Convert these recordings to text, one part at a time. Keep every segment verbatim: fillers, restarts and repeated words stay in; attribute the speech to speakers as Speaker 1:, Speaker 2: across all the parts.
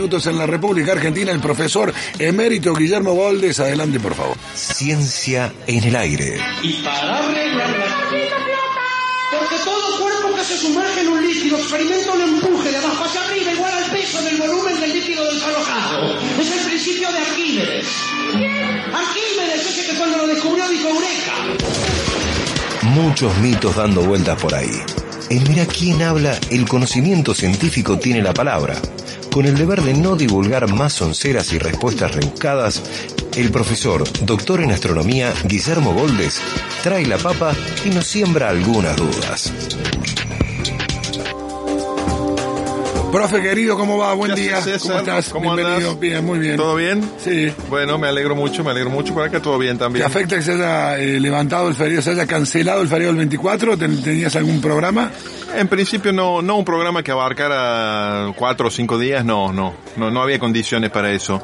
Speaker 1: Minutos en la República Argentina, el profesor emérito Guillermo Goldes. Adelante, por favor.
Speaker 2: Ciencia en el aire.
Speaker 3: Y para arreglar la porque todo cuerpo que se sumerge en un líquido experimenta un empuje de abajo hacia arriba igual al peso del volumen del líquido desalojado. Es el principio de Arquímedes. Arquímedes, ese que cuando lo descubrió dijo Eureka.
Speaker 2: Muchos mitos dando vueltas por ahí. En Mirá quién habla, el conocimiento científico tiene la palabra. Con el deber de no divulgar más sonceras y respuestas rebuscadas, el profesor, doctor en astronomía, Guillermo Goldes, trae la papa y nos siembra algunas dudas.
Speaker 1: Profe querido, ¿cómo va? Buen
Speaker 4: ¿Qué
Speaker 1: día.
Speaker 4: haces,
Speaker 1: ¿Cómo
Speaker 4: César?
Speaker 1: estás?
Speaker 4: ¿Cómo
Speaker 1: Bienvenido.
Speaker 4: andas?
Speaker 1: Bien, muy bien.
Speaker 4: ¿Todo bien?
Speaker 1: Sí.
Speaker 4: Bueno, me alegro mucho, me alegro mucho. Por acá todo bien también.
Speaker 1: ¿Te afecta que se haya eh, levantado el feriado, se haya cancelado el feriado del veinticuatro? ¿Ten- ¿Tenías algún programa?
Speaker 4: En principio no, no un programa que abarcara cuatro o cinco días, no, no, no, no había condiciones para eso.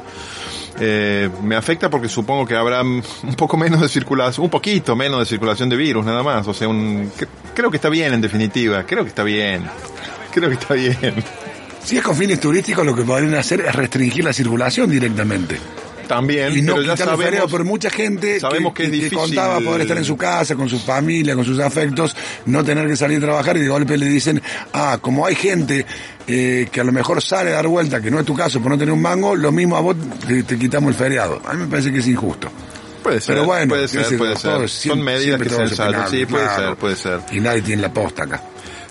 Speaker 4: Eh, me afecta porque supongo que habrá un poco menos de circulación, un poquito menos de circulación de virus, nada más. O sea, un, que- creo que está bien en definitiva, creo que está bien, creo que está bien.
Speaker 1: Si es con fines turísticos, lo que podrían hacer es restringir la circulación directamente.
Speaker 4: También,
Speaker 1: Y no
Speaker 4: pero ya
Speaker 1: quitar el feriado,
Speaker 4: sabemos,
Speaker 1: por mucha gente
Speaker 4: sabemos que es difícil.
Speaker 1: contaba poder estar en su casa, con su familia, con sus afectos, no tener que salir a trabajar y de golpe le dicen, ah, como hay gente eh, que a lo mejor sale a dar vuelta, que no es tu caso por no tener un mango, lo mismo a vos te, te quitamos el feriado. A mí me parece que es injusto.
Speaker 4: puede ser,
Speaker 1: Pero bueno,
Speaker 4: puede
Speaker 1: qué
Speaker 4: ser,
Speaker 1: sé yo,
Speaker 4: puede
Speaker 1: todo
Speaker 4: ser.
Speaker 1: es
Speaker 4: Son
Speaker 1: siempre-
Speaker 4: medidas
Speaker 1: siempre
Speaker 4: que
Speaker 1: todo
Speaker 4: se
Speaker 1: es
Speaker 4: saltan,
Speaker 1: opinable,
Speaker 4: sí, puede
Speaker 1: claro.
Speaker 4: ser, puede ser.
Speaker 1: Y nadie tiene la posta acá.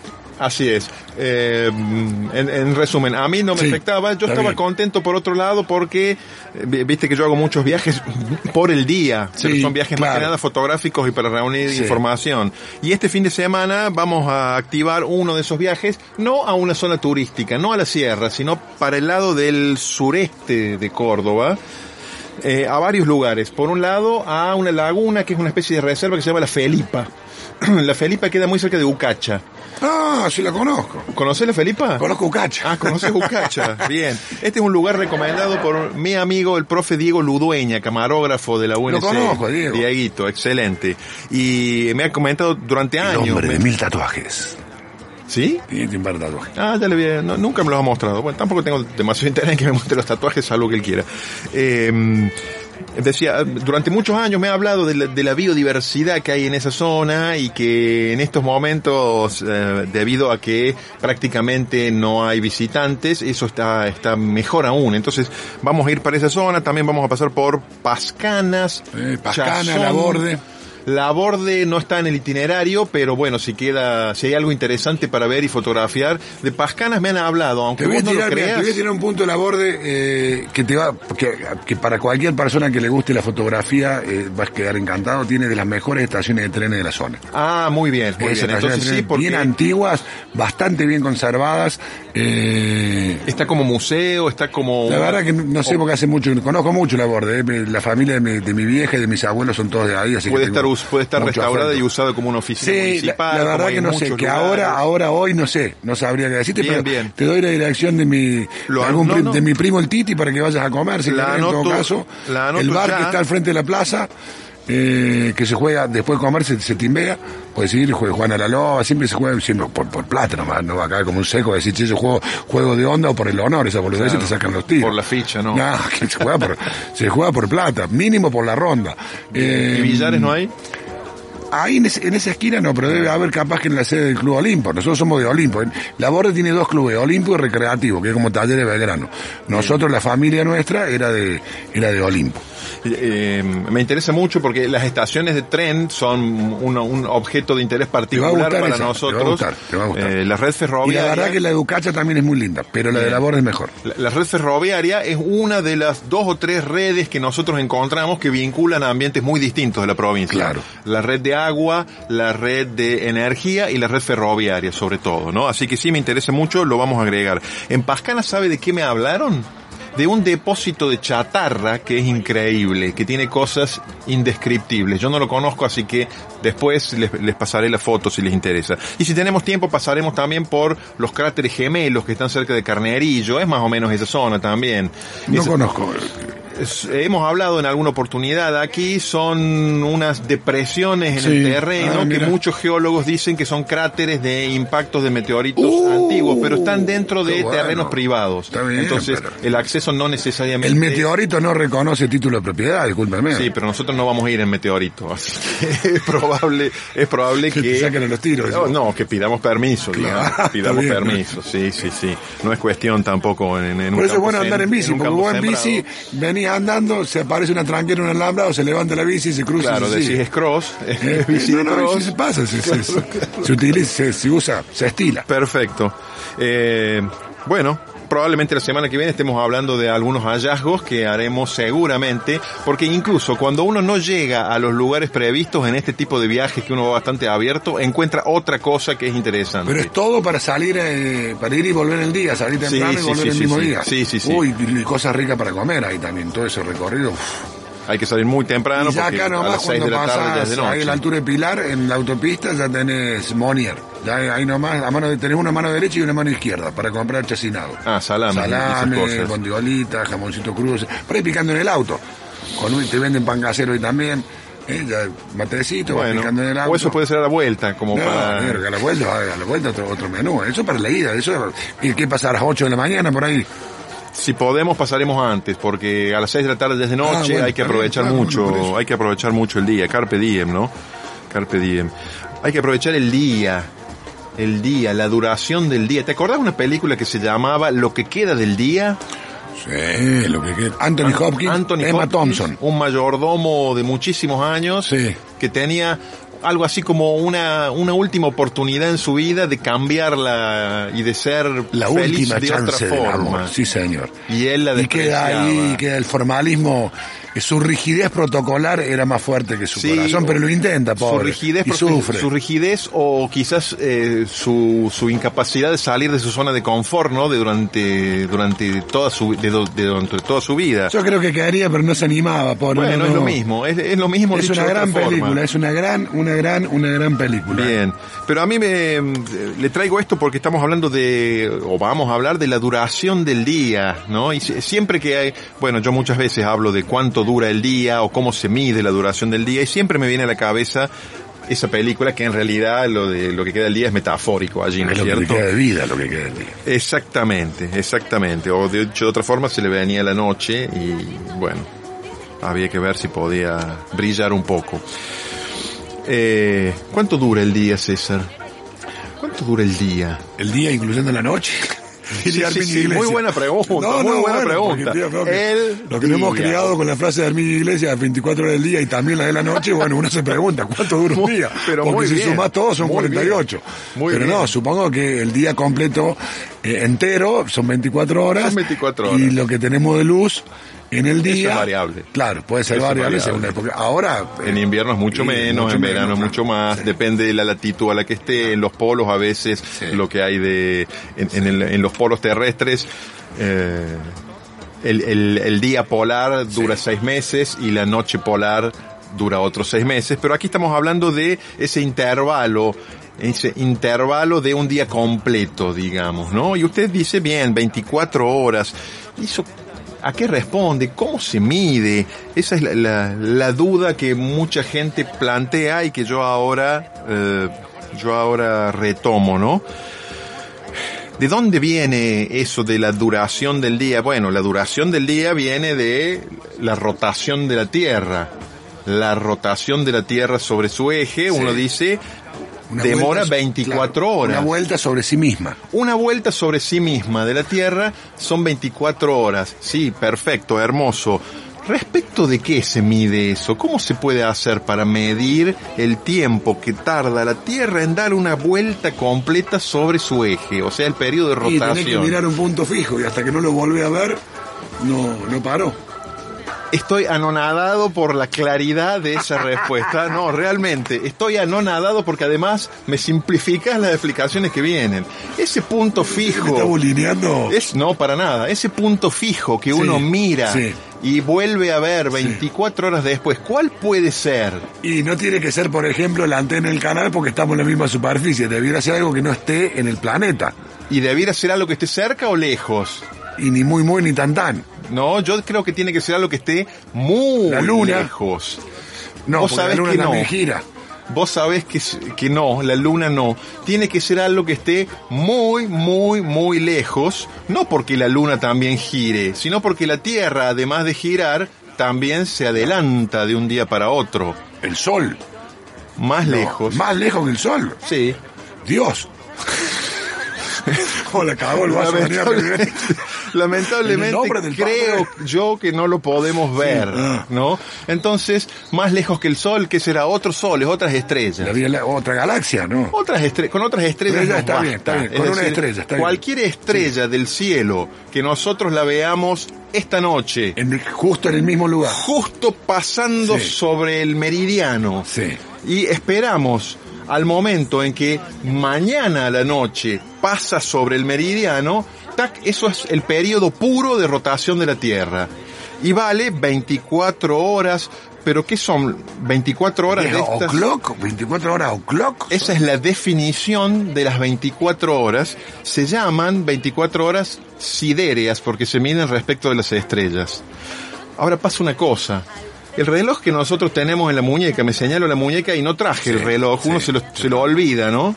Speaker 4: Así es. Eh, en, en resumen, a mí no me
Speaker 1: Sí,
Speaker 4: afectaba. Yo
Speaker 1: está
Speaker 4: estaba
Speaker 1: bien.
Speaker 4: contento por otro lado porque, eh, vi- viste que yo hago muchos viajes por el día.
Speaker 1: Sí,
Speaker 4: pero son viajes más
Speaker 1: claro.
Speaker 4: que nada fotográficos y para reunir
Speaker 1: Sí.
Speaker 4: información. Y este fin de semana vamos a activar uno de esos viajes, no a una zona turística, no a la sierra, sino para el lado del sureste de Córdoba. Eh, a varios lugares. Por un lado, a una laguna que es una especie de reserva que se llama La Felipa. La Felipa queda muy cerca de Ucacha.
Speaker 1: Ah, sí la conozco.
Speaker 4: ¿Conocés La Felipa?
Speaker 1: Conozco Ucacha.
Speaker 4: Ah, ¿conoces Ucacha? Bien. Este es un lugar recomendado por mi amigo, el profe Diego Ludueña, camarógrafo de la U N C.
Speaker 1: Lo conozco, Diego.
Speaker 4: Dieguito, excelente. Y me ha comentado durante
Speaker 1: El
Speaker 4: años.
Speaker 1: hombre de
Speaker 4: me-
Speaker 1: mil tatuajes.
Speaker 4: ¿Sí?
Speaker 1: Tiene un par de tatuajes.
Speaker 4: Ah, ya le vi, no, nunca me los ha mostrado. Bueno, tampoco tengo demasiado interés en que me muestre los tatuajes, salvo que él quiera. Eh, decía, durante muchos años me ha hablado de la, de la biodiversidad que hay en esa zona y que en estos momentos, eh, debido a que prácticamente no hay visitantes, eso está, está mejor aún. Entonces, vamos a ir para esa zona, también vamos a pasar por Pascanas,
Speaker 1: Eh, Pascana,
Speaker 4: Chazón.
Speaker 1: Laborde.
Speaker 4: Laborde no está en el itinerario, pero bueno, si queda, si hay algo interesante para ver y fotografiar, de Pascanas me han hablado, aunque
Speaker 1: Te voy, a
Speaker 4: vos no
Speaker 1: tirar,
Speaker 4: lo
Speaker 1: mira, te
Speaker 4: creas.
Speaker 1: voy a tirar un punto de la borde eh, que te va, que, que para cualquier persona que le guste la fotografía eh, vas a quedar encantado. Tiene de las mejores estaciones de trenes de la zona.
Speaker 4: Ah, muy bien, muy
Speaker 1: Esas
Speaker 4: bien.
Speaker 1: estaciones
Speaker 4: Entonces
Speaker 1: de
Speaker 4: sí,
Speaker 1: trenes
Speaker 4: porque
Speaker 1: bien antiguas, bastante bien conservadas. Eh,
Speaker 4: está como museo, está como...
Speaker 1: la verdad que no no sé porque hace mucho, conozco mucho la borde. eh, la familia de mi, de mi vieja y de mis abuelos son todos de ahí, así
Speaker 4: puede
Speaker 1: que
Speaker 4: estar,
Speaker 1: tengo
Speaker 4: us- puede estar
Speaker 1: mucho
Speaker 4: restaurada
Speaker 1: afecto.
Speaker 4: y usada como una oficina
Speaker 1: Sí, la,
Speaker 4: municipal.
Speaker 1: la
Speaker 4: como
Speaker 1: verdad
Speaker 4: hay
Speaker 1: que
Speaker 4: en
Speaker 1: no sé,
Speaker 4: muchos
Speaker 1: que
Speaker 4: lugares.
Speaker 1: ahora, ahora, hoy no sé, no sabría qué decirte,
Speaker 4: Bien,
Speaker 1: pero
Speaker 4: bien.
Speaker 1: te doy la dirección de mi,
Speaker 4: Lo
Speaker 1: de, algún
Speaker 4: an- no,
Speaker 1: prim-
Speaker 4: no.
Speaker 1: de mi primo el Titi para que vayas a comer, si
Speaker 4: La
Speaker 1: querés, en todo
Speaker 4: anoto-
Speaker 1: caso.
Speaker 4: la anoto
Speaker 1: El bar
Speaker 4: ya.
Speaker 1: que está al frente de la plaza, eh, que se juega, después de comer se, se timbea, puedes ir, juega Juan a la Loba, siempre se juega siempre por, por plata nomás, no va a caer como un seco, decir, che, yo juego, juego de onda o por el honor, esa boludez
Speaker 4: Claro.
Speaker 1: te sacan los tiros.
Speaker 4: Por la ficha, ¿no?
Speaker 1: No, que se juega por, se juega por plata, mínimo por la ronda. Eh,
Speaker 4: ¿Y billares no hay?
Speaker 1: Ahí en, ese- en esa esquina no, pero debe haber capaz que en la sede del Club Olimpo. Nosotros somos de Olimpo. La Borde tiene dos clubes, Olimpo y Recreativo, que es como Talleres Belgrano. Nosotros, la familia nuestra, era de era de Olimpo.
Speaker 4: Eh, me interesa mucho porque las estaciones de tren son un, un objeto de interés particular
Speaker 1: gustar
Speaker 4: para
Speaker 1: esa, te va a
Speaker 4: nosotros.
Speaker 1: gustar, te va a gustar.
Speaker 4: Eh, la red
Speaker 1: Y la
Speaker 4: ferroviaria.
Speaker 1: verdad que la Educacha también es muy linda, pero la de
Speaker 4: Bien.
Speaker 1: la Borde es mejor.
Speaker 4: La, la red ferroviaria es una de las dos o tres redes que nosotros encontramos que vinculan a ambientes muy distintos de la provincia.
Speaker 1: Claro.
Speaker 4: La red de agua, la red de energía y la red ferroviaria, sobre todo, ¿no? Así que sí me interesa mucho, lo vamos a agregar. En Pascana, ¿sabe de qué me hablaron? De un depósito de chatarra que es increíble, que tiene cosas indescriptibles. Yo no lo conozco, así que después les, les pasaré la foto si les interesa. Y si tenemos tiempo pasaremos también por los cráteres gemelos que están cerca de Carnerillo, es más o menos esa zona también.
Speaker 1: No
Speaker 4: Esa-
Speaker 1: conozco.
Speaker 4: hemos hablado en alguna oportunidad aquí, son unas depresiones en sí. el terreno ah, que muchos geólogos dicen que son cráteres de impactos de meteoritos uh, antiguos, pero están dentro de bueno. terrenos privados. Bien, entonces pero... el acceso no necesariamente...
Speaker 1: El meteorito no reconoce título de propiedad, discúlpeme.
Speaker 4: Sí, pero nosotros no vamos a ir en meteorito, así que es probable, es probable que...
Speaker 1: que saquen los tiros.
Speaker 4: No, no, que pidamos permiso, claro, digamos, pidamos bien, permiso, sí, sí, sí. No es cuestión tampoco en, en
Speaker 1: Por
Speaker 4: un
Speaker 1: eso es bueno andar en bici,
Speaker 4: en
Speaker 1: porque vos en bici venís andando, se aparece una tranquera, un alambrado, se levanta la bici y se cruza.
Speaker 4: Claro, decís es cross,
Speaker 1: eh, bici no, no, cross. Sí se pasa, se, claro, se, claro. se utiliza, se, se usa, se estila.
Speaker 4: Perfecto. Eh, bueno, probablemente la semana que viene estemos hablando de algunos hallazgos que haremos seguramente, porque incluso cuando uno no llega a los lugares previstos en este tipo de viajes que uno va bastante abierto, encuentra otra cosa que es interesante.
Speaker 1: Pero es todo para salir, eh, para ir y volver el día, salir temprano sí, y volver sí, el
Speaker 4: sí,
Speaker 1: mismo
Speaker 4: sí,
Speaker 1: día.
Speaker 4: Sí, sí, sí.
Speaker 1: Uy, y cosas ricas para comer ahí también, todo ese recorrido. Uf.
Speaker 4: Hay que salir muy temprano
Speaker 1: y ya
Speaker 4: porque
Speaker 1: acá nomás,
Speaker 4: a las seis de la tarde ya es de noche.
Speaker 1: Ahí a la altura de Pilar, en la autopista, ya tenés Monier. Ya ahí nomás, a mano de, tenés una mano derecha y una mano izquierda para comprar chacinado.
Speaker 4: Ah, salame.
Speaker 1: Salame, bondiolita, jamoncito crudo. Por ahí picando en el auto. Con un, te venden pan casero y también. Eh, ya, matecito,
Speaker 4: bueno, picando en el auto. O eso puede ser a la vuelta, como no, para...
Speaker 1: Mira, a la vuelta, a la vuelta otro, otro menú. Eso para la ida. Eso, ¿y qué pasa a las ocho de la mañana por ahí?
Speaker 4: Si podemos pasaremos antes, porque a las seis de la tarde desde noche ah, bueno, hay que aprovechar bien, mucho, bueno, hay que aprovechar mucho el día, carpe diem, ¿no? Carpe diem. Hay que aprovechar el día, el día, la duración del día. ¿Te acordás de una película que se llamaba Lo que queda del día?
Speaker 1: Sí, lo que queda. Anthony Hopkins,
Speaker 4: Anthony
Speaker 1: Emma
Speaker 4: Hopkins,
Speaker 1: Thompson.
Speaker 4: Un mayordomo de muchísimos años
Speaker 1: sí.
Speaker 4: que tenía algo así como una una última oportunidad en su vida de cambiarla y de ser
Speaker 1: la
Speaker 4: feliz
Speaker 1: última
Speaker 4: de
Speaker 1: chance
Speaker 4: otra forma.
Speaker 1: Del amor. Sí, señor.
Speaker 4: Y él la despreciaba.
Speaker 1: Y queda ahí, queda el formalismo. Su rigidez protocolar era más fuerte que su sí, corazón, pero lo intenta, pobre. Su rigidez,
Speaker 4: y sufre. Su rigidez o quizás eh, su su incapacidad de salir de su zona de confort, ¿no? De durante durante toda su de, de durante toda su vida.
Speaker 1: Yo creo que quedaría, pero no se animaba, pobre.
Speaker 4: Bueno,
Speaker 1: no,
Speaker 4: es
Speaker 1: no.
Speaker 4: lo mismo, es, es lo mismo.
Speaker 1: Es una gran película, forma. es una gran, una gran, una gran película.
Speaker 4: Bien, pero a mí me le traigo esto porque estamos hablando de, o vamos a hablar de la duración del día, ¿no? Y siempre que hay, bueno, yo muchas veces hablo de cuánto dura el día o cómo se mide la duración del día y siempre me viene a la cabeza esa película que en realidad lo de lo que queda del día es metafórico allí, ¿no es cierto?
Speaker 1: Lo que queda de vida, lo que queda del día.
Speaker 4: Exactamente, exactamente. O de hecho de otra forma se le venía la noche y bueno, había que ver si podía brillar un poco. Eh, ¿Cuánto dura el día, César? ¿Cuánto dura el día?
Speaker 1: ¿El día incluyendo la noche?
Speaker 4: Sí, sí, sí, muy buena pregunta, no, muy no, buena bueno, pregunta.
Speaker 1: Tío, creo que el lo que día. Nos hemos criado con la frase de Armin Iglesias, veinticuatro horas del día y también la de la noche, bueno, uno se pregunta, ¿cuánto dura un día?
Speaker 4: Pero
Speaker 1: porque
Speaker 4: muy
Speaker 1: si
Speaker 4: bien,
Speaker 1: sumás todos son cuarenta y ocho.
Speaker 4: Muy
Speaker 1: Pero
Speaker 4: bien.
Speaker 1: no, supongo que el día completo, eh, entero, son veinticuatro horas.
Speaker 4: Son veinticuatro horas.
Speaker 1: Y lo que tenemos de luz en el día.
Speaker 4: Eso es variable.
Speaker 1: Claro, puede ser
Speaker 4: Eso
Speaker 1: variable,
Speaker 4: variable
Speaker 1: según la época. Ahora.
Speaker 4: En eh, invierno es mucho menos, mucho en verano menos, es mucho más, sí. Depende de la latitud a la que esté. En los polos a veces, sí. Lo que hay de, en, en, el, en los polos terrestres, eh, el, el, el día polar dura sí. seis meses y la noche polar dura otros seis meses. Pero aquí estamos hablando de ese intervalo, ese intervalo de un día completo, digamos, ¿no? Y usted dice, bien, veinticuatro horas. Hizo ¿A qué responde? ¿Cómo se mide? Esa es la, la, la duda que mucha gente plantea y que yo ahora, eh, yo ahora retomo, ¿no? ¿De dónde viene eso de la duración del día? Bueno, la duración del día viene de la rotación de la Tierra. La rotación de la Tierra sobre su eje, sí. Uno dice, Una demora vuelta, veinticuatro claro, horas.
Speaker 1: Una vuelta sobre sí misma.
Speaker 4: Una vuelta sobre sí misma de la Tierra son veinticuatro horas. Sí, perfecto, hermoso. ¿Respecto de qué se mide eso? ¿Cómo se puede hacer para medir el tiempo que tarda la Tierra en dar una vuelta completa sobre su eje? O sea, el periodo de rotación.
Speaker 1: Y tenés que mirar un punto fijo y hasta que no lo volvé a ver, no, no paró.
Speaker 4: Estoy anonadado por la claridad de esa respuesta. No, realmente, estoy anonadado porque además me simplificas las explicaciones que vienen. Ese punto fijo...
Speaker 1: ¿Me está bulineando?
Speaker 4: Es, no, para nada. Ese punto fijo que sí, uno mira sí. y vuelve a ver veinticuatro sí. horas después, ¿cuál puede ser?
Speaker 1: Y no tiene que ser, por ejemplo, la antena del canal porque estamos en la misma superficie. Debiera ser algo que no esté en el planeta.
Speaker 4: ¿Y debiera ser algo que esté cerca o lejos?
Speaker 1: Y ni muy muy ni tan tan.
Speaker 4: No, yo creo que tiene que ser algo que esté muy
Speaker 1: La luna.
Speaker 4: lejos.
Speaker 1: No,
Speaker 4: Vos
Speaker 1: porque
Speaker 4: sabés
Speaker 1: la luna
Speaker 4: que no.
Speaker 1: también gira.
Speaker 4: Vos sabés que, que no, la luna no. Tiene que ser algo que esté muy, muy, muy lejos. No porque la luna también gire, sino porque la Tierra, además de girar, también se adelanta de un día para otro.
Speaker 1: El sol.
Speaker 4: Más
Speaker 1: No,
Speaker 4: lejos.
Speaker 1: Más lejos que el sol.
Speaker 4: Sí.
Speaker 1: Dios. Oh, le cagó el vaso de nieve.
Speaker 4: Lamentablemente, lamentablemente
Speaker 1: En el nombre del
Speaker 4: creo
Speaker 1: Padre.
Speaker 4: yo que no lo podemos ver,
Speaker 1: Ah.
Speaker 4: ¿no? Entonces, más lejos que el Sol, que será otros soles, otras estrellas.
Speaker 1: La vida- la- otra galaxia, ¿no?
Speaker 4: Otras estre- con otras estrellas
Speaker 1: Estrella
Speaker 4: nos
Speaker 1: está
Speaker 4: basta.
Speaker 1: bien, está bien,
Speaker 4: Es
Speaker 1: con una estrella, está bien.
Speaker 4: cualquier estrella del cielo que nosotros la veamos esta noche,
Speaker 1: En- justo en el mismo lugar.
Speaker 4: justo pasando
Speaker 1: Sí.
Speaker 4: sobre el meridiano,
Speaker 1: Sí.
Speaker 4: y esperamos al momento en que mañana a la noche pasa sobre el meridiano, tac, eso es el periodo puro de rotación de la Tierra. Y vale veinticuatro horas, pero ¿qué son veinticuatro horas
Speaker 1: ¿Es
Speaker 4: de estas?
Speaker 1: o'clock? ¿veinticuatro horas o'clock?
Speaker 4: Esa es la definición de las veinticuatro horas. Se llaman veinticuatro horas sidéreas porque se miden respecto de las estrellas. Ahora pasa una cosa. El reloj que nosotros tenemos en la muñeca, me señalo la muñeca y no traje el reloj, uno
Speaker 1: sí,
Speaker 4: se lo, se lo olvida, ¿no?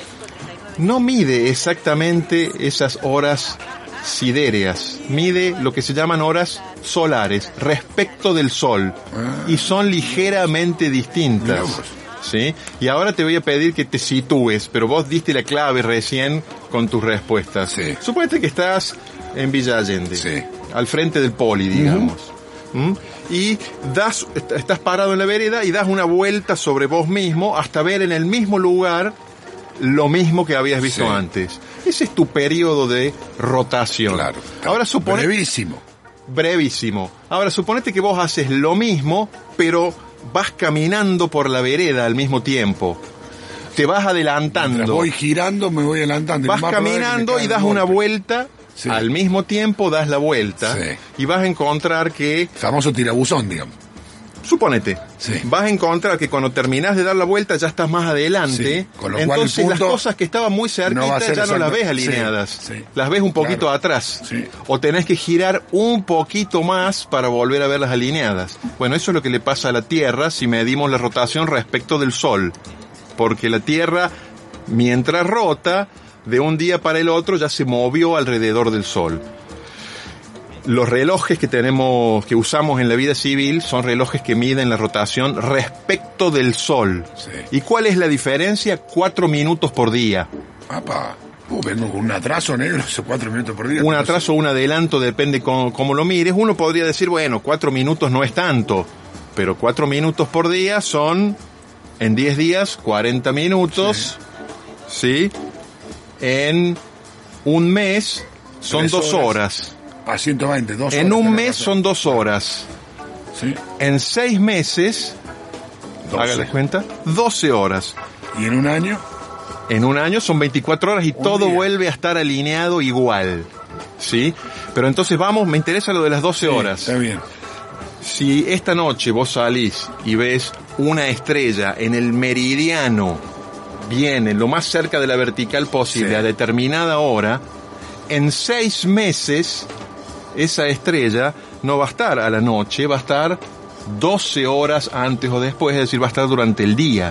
Speaker 4: No mide exactamente esas horas sidéreas, mide lo que se llaman horas solares respecto del Sol y son ligeramente distintas.
Speaker 1: Mirá vos.
Speaker 4: ¿Sí? Y ahora te voy a pedir que te sitúes, pero vos diste la clave recién con tus respuestas.
Speaker 1: Sí.
Speaker 4: Suponete que estás en Villa Allende,
Speaker 1: Sí.
Speaker 4: al frente del Poli, digamos. ¿Mm? Y das, est- estás parado en la vereda y das una vuelta sobre vos mismo hasta ver en el mismo lugar lo mismo que habías visto
Speaker 1: Sí.
Speaker 4: antes. Ese es tu periodo de rotación.
Speaker 1: Claro.
Speaker 4: Ahora supone
Speaker 1: Brevísimo.
Speaker 4: brevísimo. Ahora suponete que vos haces lo mismo, pero vas caminando por la vereda al mismo tiempo. Te vas
Speaker 1: Mientras
Speaker 4: adelantando.
Speaker 1: voy girando, me voy adelantando.
Speaker 4: Vas
Speaker 1: Lo más probable es que me
Speaker 4: caminando
Speaker 1: caiga
Speaker 4: y das
Speaker 1: de
Speaker 4: una
Speaker 1: golpe.
Speaker 4: vuelta,
Speaker 1: Sí.
Speaker 4: al mismo tiempo das la vuelta
Speaker 1: Sí.
Speaker 4: y vas a encontrar que,
Speaker 1: Famoso tirabuzón, digamos.
Speaker 4: suponete,
Speaker 1: Sí.
Speaker 4: vas a encontrar que cuando terminás de dar la vuelta ya estás más adelante,
Speaker 1: Sí, con lo cual el
Speaker 4: entonces
Speaker 1: punto
Speaker 4: las cosas que estaban muy
Speaker 1: no va a
Speaker 4: cerquitas
Speaker 1: ser
Speaker 4: ya no las
Speaker 1: exacto-
Speaker 4: ves
Speaker 1: sí,
Speaker 4: alineadas,
Speaker 1: sí.
Speaker 4: las ves un poquito
Speaker 1: Claro.
Speaker 4: atrás,
Speaker 1: Sí.
Speaker 4: o tenés que girar un poquito más para volver a verlas alineadas. Bueno, eso es lo que le pasa a la Tierra si medimos la rotación respecto del Sol, porque la Tierra, mientras rota, de un día para el otro ya se movió alrededor del Sol. Los relojes que tenemos, que usamos en la vida civil, son relojes que miden la rotación respecto del Sol.
Speaker 1: Sí.
Speaker 4: ¿Y cuál es la diferencia? Cuatro minutos por día.
Speaker 1: Apa. Uh, vengo con un atraso negro, esos cuatro minutos por día.
Speaker 4: Un atraso o un adelanto, depende cómo, cómo lo mires. Uno podría decir, bueno, cuatro minutos no es tanto, pero cuatro minutos por día son, en diez días, cuarenta minutos, ¿sí? En un mes son
Speaker 1: Tres
Speaker 4: dos
Speaker 1: horas.
Speaker 4: horas.
Speaker 1: A ciento veinte, dos
Speaker 4: En
Speaker 1: horas,
Speaker 4: un
Speaker 1: tenés
Speaker 4: mes
Speaker 1: razón.
Speaker 4: son dos horas.
Speaker 1: Sí.
Speaker 4: En seis meses,
Speaker 1: doce.
Speaker 4: hágale cuenta, doce horas.
Speaker 1: Y en un año,
Speaker 4: En un año son veinticuatro horas y
Speaker 1: Un
Speaker 4: todo
Speaker 1: día.
Speaker 4: vuelve a estar alineado igual. ¿Sí? Pero entonces vamos, me interesa lo de las doce
Speaker 1: sí,
Speaker 4: horas.
Speaker 1: está bien.
Speaker 4: Si esta noche vos salís y ves una estrella en el meridiano, bien, en lo más cerca de la vertical posible,
Speaker 1: Sí.
Speaker 4: a determinada hora, en seis meses esa estrella no va a estar a la noche, va a estar doce horas antes o después, es decir, va a estar durante el día.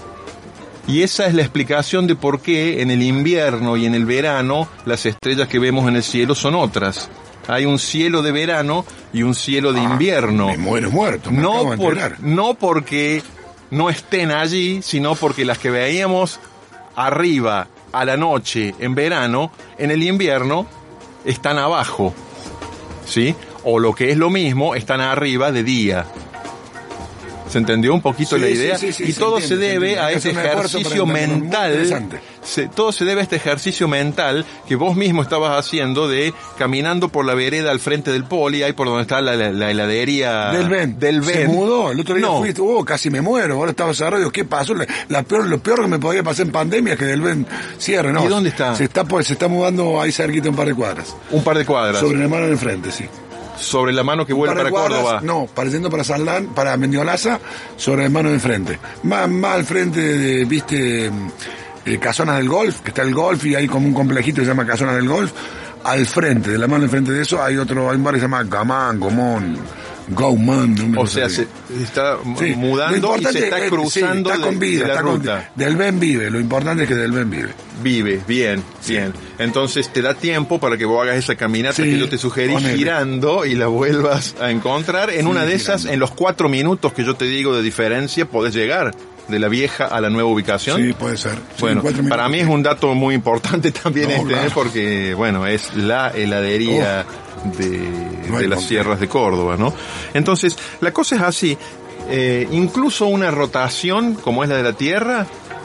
Speaker 4: Y esa es la explicación de por qué en el invierno y en el verano las estrellas que vemos en el cielo son otras. Hay un cielo de verano y un cielo de
Speaker 1: Ah,
Speaker 4: invierno.
Speaker 1: Me muero muerto, me
Speaker 4: No,
Speaker 1: acabo de
Speaker 4: por-
Speaker 1: enterar.
Speaker 4: no porque no estén allí, sino porque las que veíamos arriba a la noche en verano, en el invierno están abajo, ¿sí? O lo que es lo mismo, están arriba de día. ¿Se entendió un poquito
Speaker 1: Sí,
Speaker 4: la
Speaker 1: sí,
Speaker 4: idea?
Speaker 1: sí, sí,
Speaker 4: y
Speaker 1: se
Speaker 4: todo
Speaker 1: entiende,
Speaker 4: se
Speaker 1: se
Speaker 4: debe
Speaker 1: entiende.
Speaker 4: a
Speaker 1: Hay que
Speaker 4: este
Speaker 1: hacer un esfuerzo para
Speaker 4: ejercicio
Speaker 1: entenderlo, muy
Speaker 4: mental.
Speaker 1: interesante.
Speaker 4: Se- todo se debe a este ejercicio mental que vos mismo estabas haciendo de caminando por la vereda al frente del Poli, ahí por donde está la, la- la heladería
Speaker 1: Del Ben.
Speaker 4: Del
Speaker 1: Se
Speaker 4: Ben.
Speaker 1: mudó. El otro día
Speaker 4: No.
Speaker 1: fui, oh, casi me muero. Ahora estaba cerrado. Digo, ¿qué pasó? La, la peor, lo peor que me podía pasar en pandemia es que Del Ben cierre, ¿no?
Speaker 4: ¿Y dónde está?
Speaker 1: Se está, pues, se está mudando ahí cerquita un par de cuadras.
Speaker 4: Un par de cuadras.
Speaker 1: Sobre
Speaker 4: Sobre,
Speaker 1: la mano de enfrente, sí.
Speaker 4: la mano que
Speaker 1: Un
Speaker 4: vuelve
Speaker 1: par
Speaker 4: para
Speaker 1: de cuadras,
Speaker 4: Córdoba.
Speaker 1: No, pareciendo para Salán, para Mendiolaza, sobre la mano de enfrente. Más, más al frente de, viste, eh, Casonas del Golf, que está el golf y hay como un complejito que se llama Casonas del Golf. al frente, de la mano enfrente de eso, hay otro, hay un bar que se llama Gamán, Gomón, Go Man.
Speaker 4: O sea, se está sí, mudando y se está cruzando
Speaker 1: sí, está con vida,
Speaker 4: de, de la
Speaker 1: está
Speaker 4: ruta.
Speaker 1: Con, del Ben vive, lo importante es que del Ben vive.
Speaker 4: Vive, bien, sí. bien. Entonces te da tiempo para que vos hagas esa caminata sí, que yo te sugerí girando y la vuelvas a encontrar. En sí, una de esas, girando. En los cuatro minutos que yo te digo de diferencia, podés llegar de la vieja a la nueva ubicación.
Speaker 1: Sí, puede ser. Sí,
Speaker 4: bueno, para mí es un dato muy importante también no, este, claro. porque, bueno, es la heladería oh. de, no de las contra. Sierras de Córdoba, ¿no? Entonces, la cosa es así. Eh, incluso una rotación como es la de la Tierra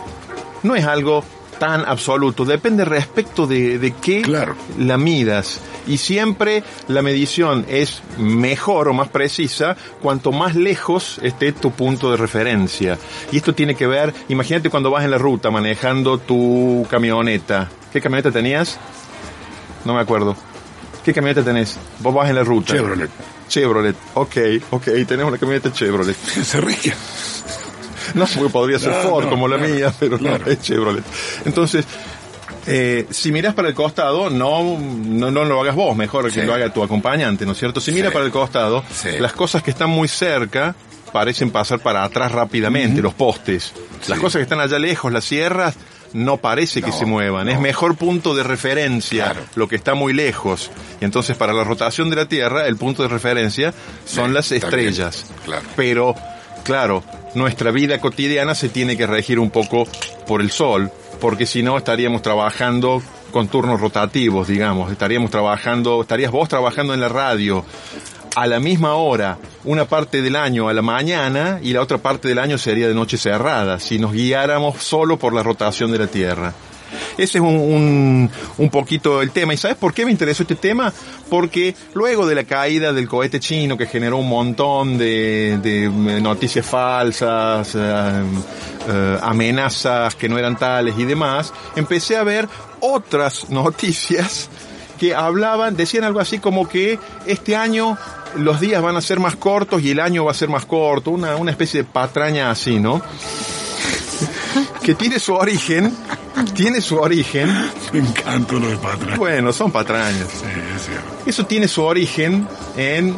Speaker 4: no es algo tan absoluto, depende respecto de, de qué
Speaker 1: claro.
Speaker 4: la midas. Y siempre la medición es mejor o más precisa cuanto más lejos esté tu punto de referencia. Y esto tiene que ver, imagínate cuando vas en la ruta manejando tu camioneta. ¿Qué camioneta tenías? No me acuerdo. ¿Qué camioneta tenés? Vos vas en la ruta.
Speaker 1: Chevrolet.
Speaker 4: Chevrolet, ok, ok, tenés una camioneta Chevrolet.
Speaker 1: Se ríe.
Speaker 4: No, porque podría ser no, Ford no, como claro, la mía, pero claro. no, es Chevrolet. Entonces, eh, si miras para el costado, no, no, no lo hagas vos, mejor sí. que lo haga tu acompañante, ¿no es cierto? Si miras sí. para el costado, sí. las cosas que están muy cerca parecen pasar para atrás rápidamente, uh-huh. los postes. Sí. Las cosas que están allá lejos, las sierras, no parece que no, se muevan. No. Es mejor punto de referencia claro. lo que está muy lejos. Y entonces para la rotación de la Tierra, el punto de referencia son sí, las estrellas.
Speaker 1: Claro.
Speaker 4: Pero, claro, nuestra vida cotidiana se tiene que regir un poco por el Sol, porque si no estaríamos trabajando con turnos rotativos, digamos. Estaríamos trabajando, estarías vos trabajando en la radio a la misma hora, una parte del año a la mañana y la otra parte del año sería de noche cerrada, si nos guiáramos solo por la rotación de la Tierra. Ese es un, un, un poquito el tema. ¿Y sabes por qué me interesó este tema? Porque luego de la caída del cohete chino que generó un montón de, de noticias falsas, eh, eh, amenazas que no eran tales y demás, empecé a ver otras noticias que hablaban, decían algo así como que este año los días van a ser más cortos y el año va a ser más corto, una, una especie de patraña así, ¿no? Que tiene su origen, tiene su origen.
Speaker 1: Me encanta lo de patrañas.
Speaker 4: Bueno, son patrañas.
Speaker 1: Sí, es cierto.
Speaker 4: Eso tiene su origen en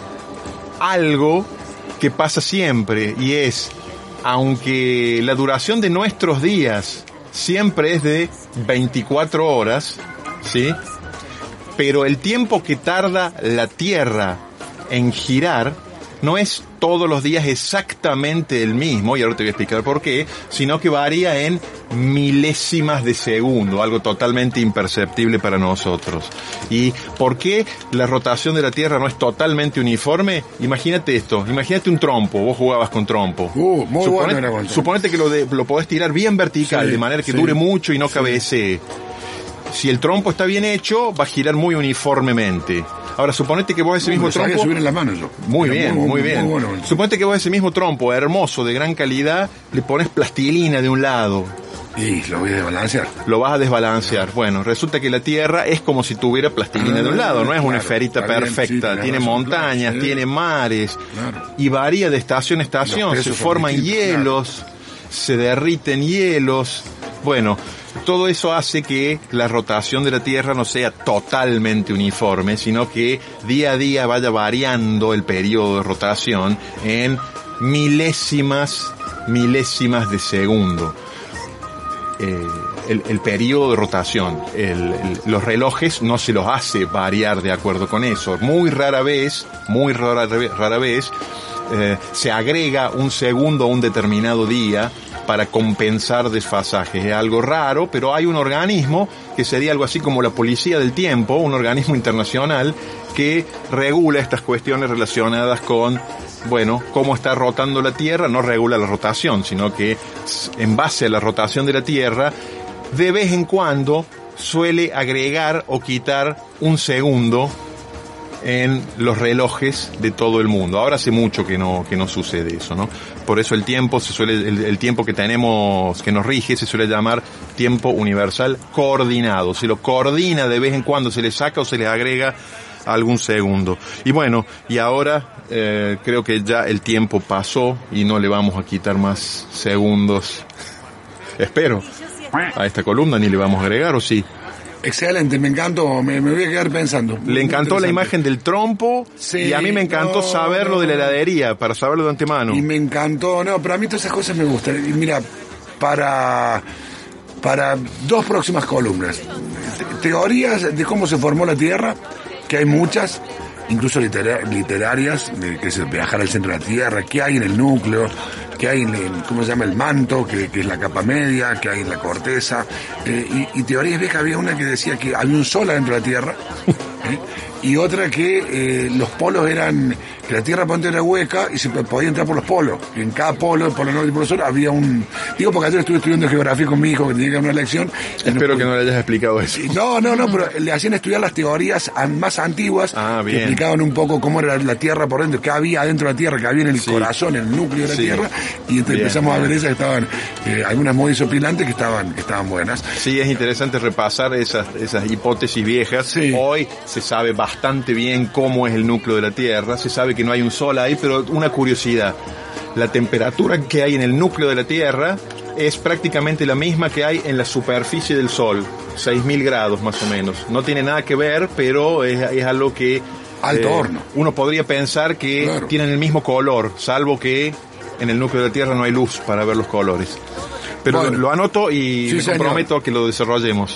Speaker 4: algo que pasa siempre y es, aunque la duración de nuestros días siempre es de veinticuatro horas, ¿sí? Pero el tiempo que tarda la Tierra en girar no es todos los días exactamente el mismo, y ahora te voy a explicar por qué, sino que varía en milésimas de segundo, algo totalmente imperceptible para nosotros. ¿Y por qué la rotación de la Tierra no es totalmente uniforme? Imagínate esto, imagínate un trompo, vos jugabas con trompo.
Speaker 1: Uh, muy
Speaker 4: suponete,
Speaker 1: bueno era con
Speaker 4: suponete que lo, de, lo podés tirar bien vertical, sí, de manera que sí, dure mucho y no sí. cabecee. Si el trompo está bien hecho, va a girar muy uniformemente. Ahora, suponete que vos ese mismo trompo...
Speaker 1: subir en las manos yo.
Speaker 4: Muy bien, muy, muy bien. Muy bueno. Suponete que vos ese mismo trompo, hermoso, de gran calidad, le pones plastilina de un lado.
Speaker 1: Y lo voy a desbalancear.
Speaker 4: Lo vas a desbalancear. Bueno, resulta que la Tierra es como si tuviera plastilina ah, de un lado, no es claro, una esferita perfecta. Bien, sí, tiene montañas, claro, tiene mares, claro. y varía de estación a estación. Se forman hielos, claro. se derriten hielos. Bueno, todo eso hace que la rotación de la Tierra no sea totalmente uniforme, sino que día a día vaya variando el periodo de rotación en milésimas, milésimas de segundo. Eh, el, el periodo de rotación, el, el, los relojes no se los hace variar de acuerdo con eso. Muy rara vez, muy rara, rara vez, eh, se agrega un segundo a un determinado día para compensar desfasajes. Es algo raro, pero hay un organismo que sería algo así como la Policía del Tiempo, un organismo internacional que regula estas cuestiones relacionadas con, bueno, cómo está rotando la Tierra. No regula la rotación, sino que en base a la rotación de la Tierra, de vez en cuando suele agregar o quitar un segundo en los relojes de todo el mundo. Ahora hace mucho que no que no sucede eso, ¿no? Por eso el tiempo se suele el, el tiempo que tenemos que nos rige se suele llamar tiempo universal coordinado. Se lo coordina de vez en cuando, se le saca o se le agrega algún segundo. Y bueno, y ahora eh, creo que ya el tiempo pasó y no le vamos a quitar más segundos. Espero a esta columna, ni le vamos a agregar, ¿o sí?
Speaker 1: Excelente, me encantó, me, me voy a quedar pensando.
Speaker 4: Le encantó la imagen del trompo,
Speaker 1: sí,
Speaker 4: y a mí me encantó
Speaker 1: no,
Speaker 4: saberlo
Speaker 1: no,
Speaker 4: de la heladería, para saberlo de antemano.
Speaker 1: Y me encantó, no, pero a mí todas esas cosas me gustan. Y mira, para, para dos próximas columnas, teorías de cómo se formó la Tierra, que hay muchas, incluso litera- literarias, de, que es viajar al centro de la Tierra, qué hay en el núcleo, qué hay en el, ¿cómo se llama? El manto, que, que es la capa media, qué hay en la corteza, eh, y, y teorías viejas, había una que decía que había un sol adentro de la Tierra, ¿eh? Y otra que eh, los polos eran, que la Tierra ponte era hueca y se podía entrar por los polos. Y en cada polo, el polo norte y el polo sur, había un... Digo, porque ayer estuve estudiando geografía con mi hijo, que tenía que dar una lección.
Speaker 4: Espero no, que no le hayas explicado eso.
Speaker 1: No, no, no, pero le hacían estudiar las teorías más antiguas,
Speaker 4: ah,
Speaker 1: que explicaban un poco cómo era la Tierra por dentro, qué había adentro de la Tierra, qué había en el sí. corazón, en el núcleo de la sí. Tierra, y entonces empezamos bien. a ver esas que estaban, eh, algunas muy desopilantes que estaban, que estaban buenas.
Speaker 4: Sí, es interesante repasar esas, esas hipótesis viejas. Sí. Hoy se sabe bastante bien cómo es el núcleo de la Tierra, se sabe que no hay un sol ahí, pero una curiosidad, la temperatura que hay en el núcleo de la Tierra es prácticamente la misma que hay en la superficie del Sol, seis mil grados más o menos. No tiene nada que ver, pero es, es algo que...
Speaker 1: Alto eh, horno.
Speaker 4: Uno podría pensar que claro. tienen el mismo color, salvo que en el núcleo de la Tierra no hay luz para ver los colores. Pero bueno, lo, lo anoto y sí, me comprometo señor. a que lo desarrollemos.